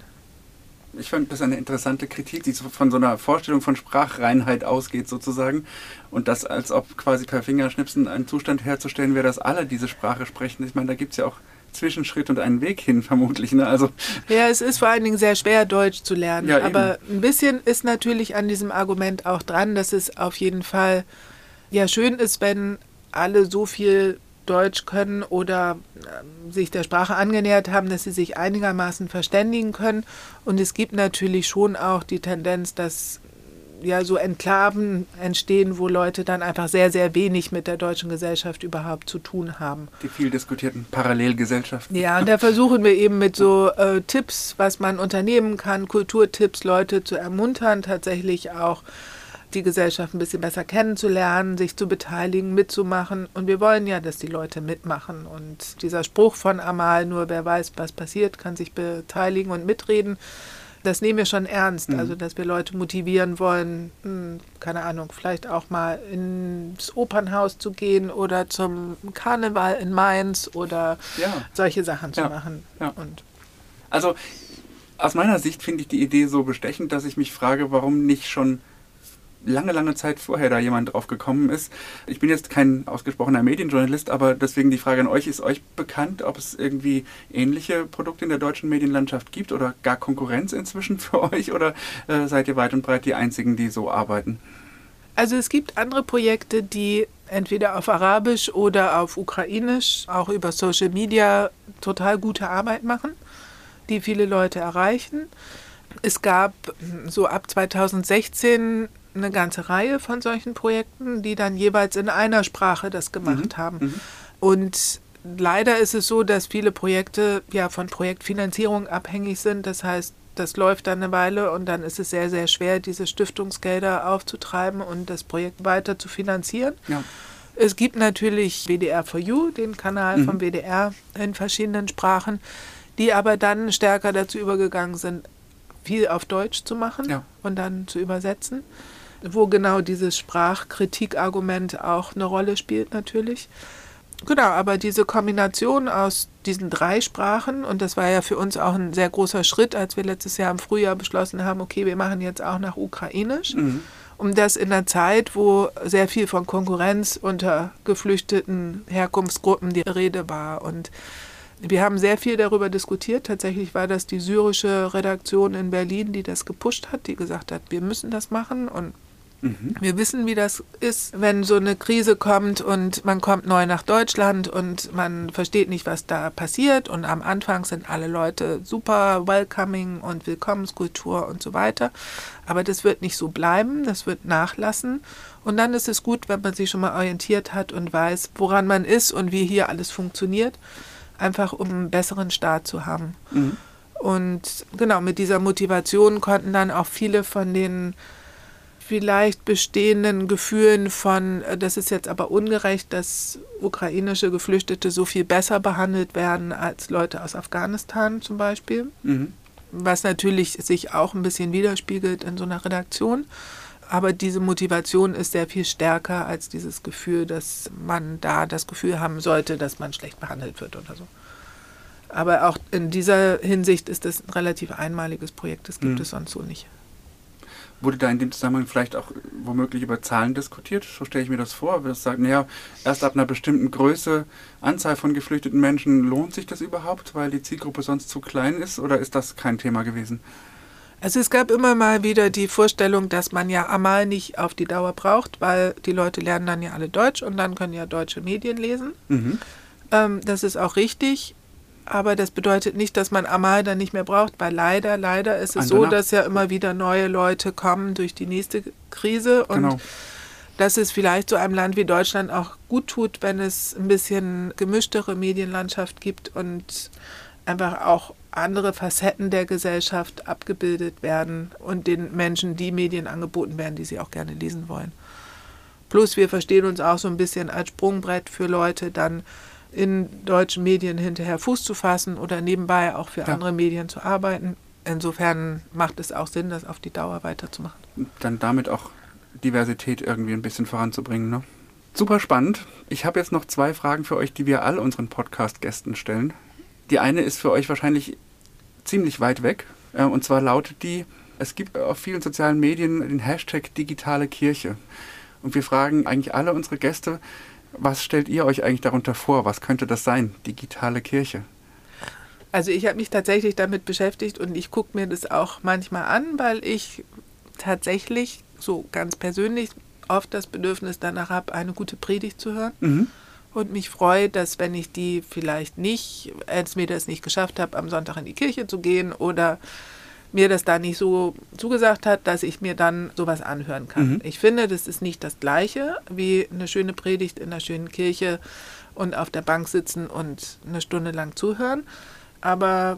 Ich fand das eine interessante Kritik, die von so einer Vorstellung von Sprachreinheit ausgeht sozusagen und das als ob quasi per Fingerschnipsen ein Zustand herzustellen wäre, dass alle diese Sprache sprechen. Ich meine, da gibt es ja auch Zwischenschritt und einen Weg hin vermutlich. Ne? Also ja, es ist vor allen Dingen sehr schwer, Deutsch zu lernen. Ja, aber eben. Ein bisschen ist natürlich an diesem Argument auch dran, dass es auf jeden Fall ja schön ist, wenn alle so viel Deutsch können oder äh, sich der Sprache angenähert haben, dass sie sich einigermaßen verständigen können. Und es gibt natürlich schon auch die Tendenz, dass ja so Enklaven entstehen, wo Leute dann einfach sehr, sehr wenig mit der deutschen Gesellschaft überhaupt zu tun haben. Die viel diskutierten Parallelgesellschaften. Ja, und da versuchen wir eben mit so äh, Tipps, was man unternehmen kann, Kulturtipps, Leute zu ermuntern, tatsächlich auch die Gesellschaft ein bisschen besser kennenzulernen, sich zu beteiligen, mitzumachen. Und wir wollen ja, dass die Leute mitmachen. Und dieser Spruch von Amal, nur wer weiß, was passiert, kann sich beteiligen und mitreden, das nehmen wir schon ernst. Mhm. Also, dass wir Leute motivieren wollen, mh, keine Ahnung, vielleicht auch mal ins Opernhaus zu gehen oder zum Karneval in Mainz oder ja. solche Sachen zu ja. machen. Ja. Und also, aus meiner Sicht finde ich die Idee so bestechend, dass ich mich frage, warum nicht schon lange, lange Zeit vorher da jemand drauf gekommen ist. Ich bin jetzt kein ausgesprochener Medienjournalist, aber deswegen die Frage an euch, ist euch bekannt, ob es irgendwie ähnliche Produkte in der deutschen Medienlandschaft gibt oder gar Konkurrenz inzwischen für euch oder äh, seid ihr weit und breit die Einzigen, die so arbeiten? Also es gibt andere Projekte, die entweder auf Arabisch oder auf Ukrainisch auch über Social Media total gute Arbeit machen, die viele Leute erreichen. Es gab so ab zweitausendsechzehn eine ganze Reihe von solchen Projekten, die dann jeweils in einer Sprache das gemacht mhm. haben. Mhm. Und leider ist es so, dass viele Projekte ja von Projektfinanzierung abhängig sind. Das heißt, das läuft dann eine Weile und dann ist es sehr, sehr schwer, diese Stiftungsgelder aufzutreiben und das Projekt weiter zu finanzieren. Ja. Es gibt natürlich W D R for You, den Kanal mhm. vom W D R in verschiedenen Sprachen, die aber dann stärker dazu übergegangen sind, viel auf Deutsch zu machen ja. und dann zu übersetzen, wo genau dieses Sprachkritikargument auch eine Rolle spielt natürlich. Genau, aber diese Kombination aus diesen drei Sprachen, und das war ja für uns auch ein sehr großer Schritt, als wir letztes Jahr im Frühjahr beschlossen haben, okay, wir machen jetzt auch nach Ukrainisch, mhm. um das in einer Zeit, wo sehr viel von Konkurrenz unter geflüchteten Herkunftsgruppen die Rede war. Und wir haben sehr viel darüber diskutiert. Tatsächlich war das die syrische Redaktion in Berlin, die das gepusht hat, die gesagt hat, wir müssen das machen und mhm. wir wissen, wie das ist, wenn so eine Krise kommt und man kommt neu nach Deutschland und man versteht nicht, was da passiert. Und am Anfang sind alle Leute super welcoming und Willkommenskultur und so weiter. Aber das wird nicht so bleiben, das wird nachlassen. Und dann ist es gut, wenn man sich schon mal orientiert hat und weiß, woran man ist und wie hier alles funktioniert. Einfach um einen besseren Start zu haben. Mhm. Und genau, mit dieser Motivation konnten dann auch viele von den vielleicht bestehenden Gefühlen von, das ist jetzt aber ungerecht, dass ukrainische Geflüchtete so viel besser behandelt werden als Leute aus Afghanistan zum Beispiel. Mhm. Was natürlich sich auch ein bisschen widerspiegelt in so einer Redaktion. Aber diese Motivation ist sehr viel stärker als dieses Gefühl, dass man da das Gefühl haben sollte, dass man schlecht behandelt wird oder so. Aber auch in dieser Hinsicht ist das ein relativ einmaliges Projekt. Das gibt mhm. es sonst so nicht. Wurde da in dem Zusammenhang vielleicht auch womöglich über Zahlen diskutiert? So stelle ich mir das vor. Wir sagen, naja, erst ab einer bestimmten Größe, Anzahl von geflüchteten Menschen, lohnt sich das überhaupt, weil die Zielgruppe sonst zu klein ist? Oder ist das kein Thema gewesen? Also es gab immer mal wieder die Vorstellung, dass man ja Amal nicht auf die Dauer braucht, weil die Leute lernen dann ja alle Deutsch und dann können ja deutsche Medien lesen. Mhm. Ähm, das ist auch richtig, aber das bedeutet nicht, dass man Amal dann nicht mehr braucht, weil leider, leider ist es so, dass ja immer wieder neue Leute kommen durch die nächste Krise und genau. dass es vielleicht so einem Land wie Deutschland auch gut tut, wenn es ein bisschen gemischtere Medienlandschaft gibt und einfach auch andere Facetten der Gesellschaft abgebildet werden und den Menschen die Medien angeboten werden, die sie auch gerne lesen wollen. Plus wir verstehen uns auch so ein bisschen als Sprungbrett für Leute, dann in deutschen Medien hinterher Fuß zu fassen oder nebenbei auch für ja. andere Medien zu arbeiten. Insofern macht es auch Sinn, das auf die Dauer weiterzumachen. Dann damit auch Diversität irgendwie ein bisschen voranzubringen, ne? Super spannend. Ich habe jetzt noch zwei Fragen für euch, die wir all unseren Podcast-Gästen stellen. Die eine ist für euch wahrscheinlich ziemlich weit weg. Und zwar lautet die, es gibt auf vielen sozialen Medien den Hashtag digitale Kirche. Und wir fragen eigentlich alle unsere Gäste, was stellt ihr euch eigentlich darunter vor? Was könnte das sein, digitale Kirche? Also ich habe mich tatsächlich damit beschäftigt und ich gucke mir das auch manchmal an, weil ich tatsächlich so ganz persönlich oft das Bedürfnis danach habe, eine gute Predigt zu hören. Mhm. Und mich freut, dass wenn ich die vielleicht nicht, als mir das nicht geschafft habe, am Sonntag in die Kirche zu gehen oder mir das da nicht so zugesagt hat, dass ich mir dann sowas anhören kann. Mhm. Ich finde, das ist nicht das Gleiche wie eine schöne Predigt in einer schönen Kirche und auf der Bank sitzen und eine Stunde lang zuhören. Aber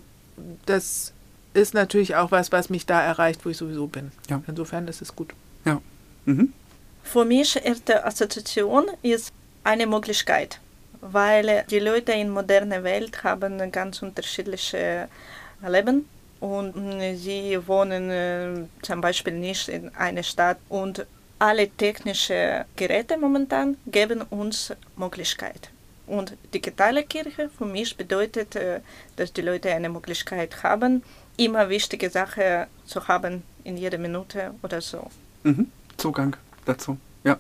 das ist natürlich auch was, was mich da erreicht, wo ich sowieso bin. Ja. Insofern ist es gut. Ja. Mhm. Für mich erste Assoziation ist eine Möglichkeit, weil die Leute in moderner Welt haben ganz unterschiedliche Leben und sie wohnen äh, zum Beispiel nicht in einer Stadt und alle technischen Geräte momentan geben uns Möglichkeit. Und digitale Kirche für mich bedeutet, äh, dass die Leute eine Möglichkeit haben, immer wichtige Sachen zu haben in jeder Minute oder so. Mhm. Zugang dazu, ja.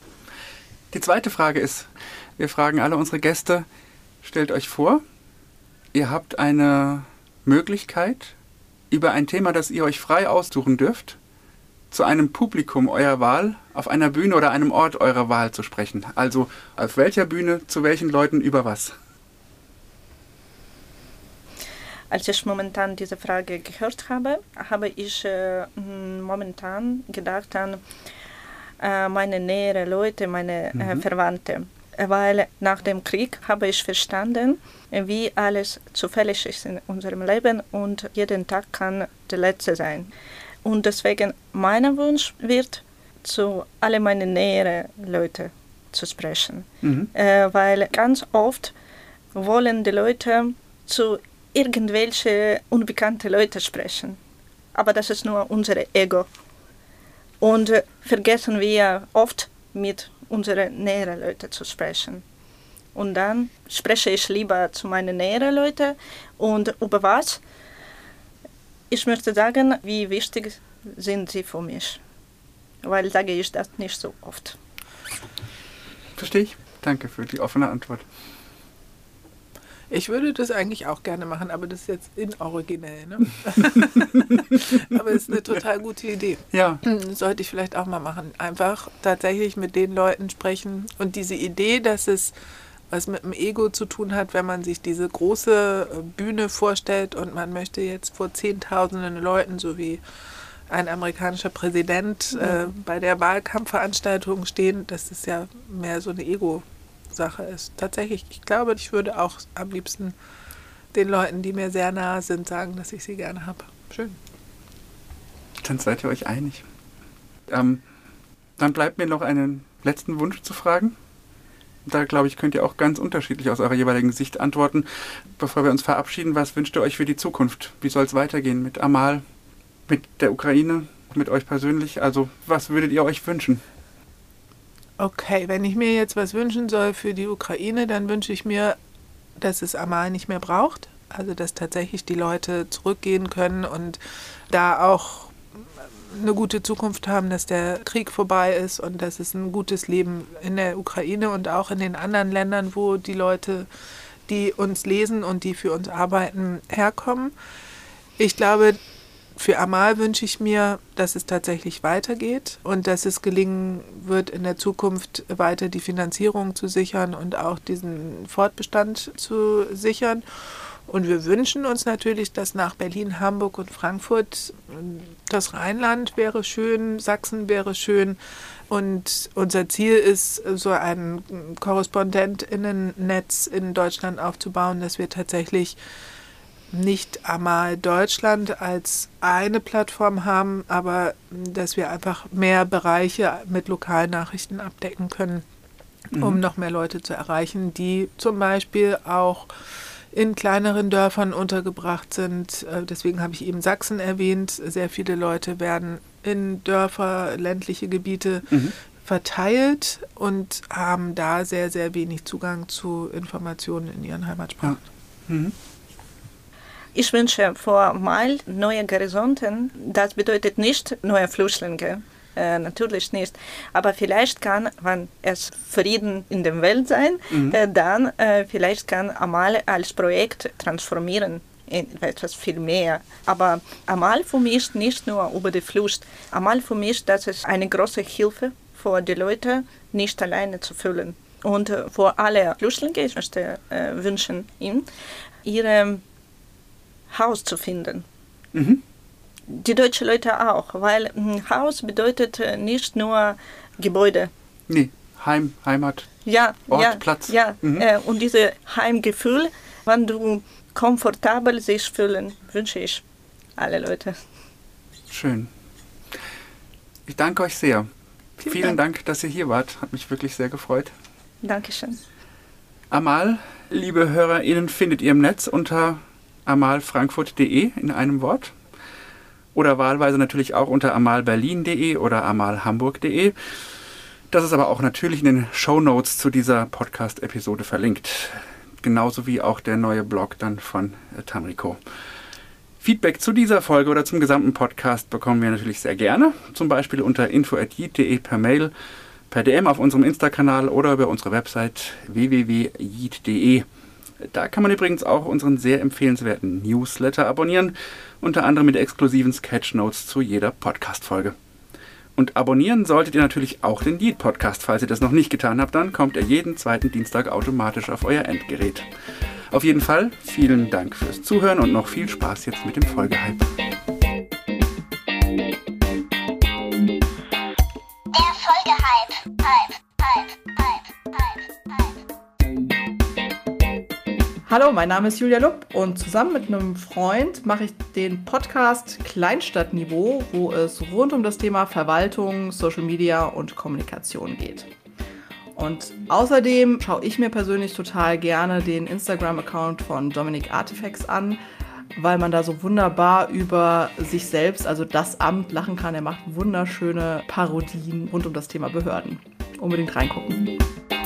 Die zweite Frage ist, wir fragen alle unsere Gäste, stellt euch vor, ihr habt eine Möglichkeit, über ein Thema, das ihr euch frei aussuchen dürft, zu einem Publikum eurer Wahl auf einer Bühne oder einem Ort eurer Wahl zu sprechen. Also auf welcher Bühne, zu welchen Leuten, über was? Als ich momentan diese Frage gehört habe, habe ich äh, momentan gedacht an meine näheren Leute, meine mhm. äh, Verwandte. Weil nach dem Krieg habe ich verstanden, wie alles zufällig ist in unserem Leben und jeden Tag kann der letzte sein. Und deswegen mein Wunsch wird, zu alle meine näheren Leute zu sprechen. Mhm. Äh, weil ganz oft wollen die Leute zu irgendwelche unbekannte Leute sprechen. Aber das ist nur unser Ego. Und vergessen wir oft, mit unseren näheren Leuten zu sprechen. Und dann spreche ich lieber zu meinen näheren Leuten. Und über was? Ich möchte sagen, wie wichtig sind sie für mich. Weil sage ich das nicht so oft. Verstehe ich. Danke für die offene Antwort. Ich würde das eigentlich auch gerne machen, aber das ist jetzt inoriginell, ne? Aber es ist eine total gute Idee. Ja. Sollte ich vielleicht auch mal machen. Einfach tatsächlich mit den Leuten sprechen. Und diese Idee, dass es was mit dem Ego zu tun hat, wenn man sich diese große Bühne vorstellt und man möchte jetzt vor Zehntausenden Leuten, so wie ein amerikanischer Präsident äh, bei der Wahlkampfveranstaltung stehen, dass es ja mehr so eine Ego-Sache ist. Tatsächlich, ich glaube, ich würde auch am liebsten den Leuten, die mir sehr nahe sind, sagen, dass ich sie gerne habe. Schön. Dann seid ihr euch einig. Ähm, dann bleibt mir noch einen letzten Wunsch zu fragen. Da, glaube ich, könnt ihr auch ganz unterschiedlich aus eurer jeweiligen Sicht antworten. Bevor wir uns verabschieden, was wünscht ihr euch für die Zukunft? Wie soll es weitergehen mit Amal, mit der Ukraine, mit euch persönlich? Also, was würdet ihr euch wünschen? Okay, wenn ich mir jetzt was wünschen soll für die Ukraine, dann wünsche ich mir, dass es Amal nicht mehr braucht. Also, dass tatsächlich die Leute zurückgehen können und da auch eine gute Zukunft haben, dass der Krieg vorbei ist und dass es ein gutes Leben in der Ukraine und auch in den anderen Ländern, wo die Leute, die uns lesen und die für uns arbeiten, herkommen. Ich glaube, für Amal wünsche ich mir, dass es tatsächlich weitergeht und dass es gelingen wird, in der Zukunft weiter die Finanzierung zu sichern und auch diesen Fortbestand zu sichern. Und wir wünschen uns natürlich, dass nach Berlin, Hamburg und Frankfurt das Rheinland wäre schön, Sachsen wäre schön. Und unser Ziel ist, so ein KorrespondentInnen-Netz in Deutschland aufzubauen, dass wir tatsächlich nicht Amal Deutschland als eine Plattform haben, aber dass wir einfach mehr Bereiche mit Lokalnachrichten abdecken können, um mhm. noch mehr Leute zu erreichen, die zum Beispiel auch in kleineren Dörfern untergebracht sind. Deswegen habe ich eben Sachsen erwähnt. Sehr viele Leute werden in Dörfer, ländliche Gebiete mhm. verteilt und haben da sehr, sehr wenig Zugang zu Informationen in ihren Heimatsprachen. Ja. Mhm. Ich wünsche vor Amal neue Horizonten. Das bedeutet nicht neue Flüchtlinge. Äh, natürlich nicht. Aber vielleicht kann, wenn es Frieden in der Welt sein, mhm. äh, dann äh, vielleicht kann Amal als Projekt transformieren in etwas viel mehr. Aber Amal für mich nicht nur über die Flucht. Amal für mich, das ist eine große Hilfe für die Leute, nicht alleine zu fühlen. Und äh, für alle Flüchtlinge, ich möchte äh, wünschen ihnen, ihr Haus zu finden. Mhm. Die deutschen Leute auch, weil ein Haus bedeutet nicht nur Gebäude. Nee, Heim, Heimat, ja, Ort, ja, Platz. Ja, mhm. äh, und dieses Heimgefühl, wenn du komfortabel sich fühlen, wünsche ich alle Leute. Schön. Ich danke euch sehr. Vielen, Vielen Dank. Dank, dass ihr hier wart. Hat mich wirklich sehr gefreut. Dankeschön. Amal, liebe HörerInnen, findet ihr im Netz unter amalfrankfurt punkt de in einem Wort. Oder wahlweise natürlich auch unter amalberlin punkt de oder amalhamburg punkt de. Das ist aber auch natürlich in den Shownotes zu dieser Podcast-Episode verlinkt. Genauso wie auch der neue Blog dann von Tamrico. Feedback zu dieser Folge oder zum gesamten Podcast bekommen wir natürlich sehr gerne. Zum Beispiel unter info at jit punkt de per Mail, per D M auf unserem Insta-Kanal oder über unsere Website w w w punkt jit punkt de. Da kann man übrigens auch unseren sehr empfehlenswerten Newsletter abonnieren, unter anderem mit exklusiven Sketchnotes zu jeder Podcast-Folge. Und abonnieren solltet ihr natürlich auch den Yeet-Podcast. Falls ihr das noch nicht getan habt, dann kommt er jeden zweiten Dienstag automatisch auf euer Endgerät. Auf jeden Fall vielen Dank fürs Zuhören und noch viel Spaß jetzt mit dem Folgehype. Der Folgehype. Hype, Hype, Hype, Hype, Hype. Hallo, mein Name ist Julia Lupp und zusammen mit einem Freund mache ich den Podcast Kleinstadtniveau, wo es rund um das Thema Verwaltung, Social Media und Kommunikation geht. Und außerdem schaue ich mir persönlich total gerne den Instagram-Account von Dominik Artifacts an, weil man da so wunderbar über sich selbst, also das Amt, lachen kann. Er macht wunderschöne Parodien rund um das Thema Behörden. Unbedingt reingucken.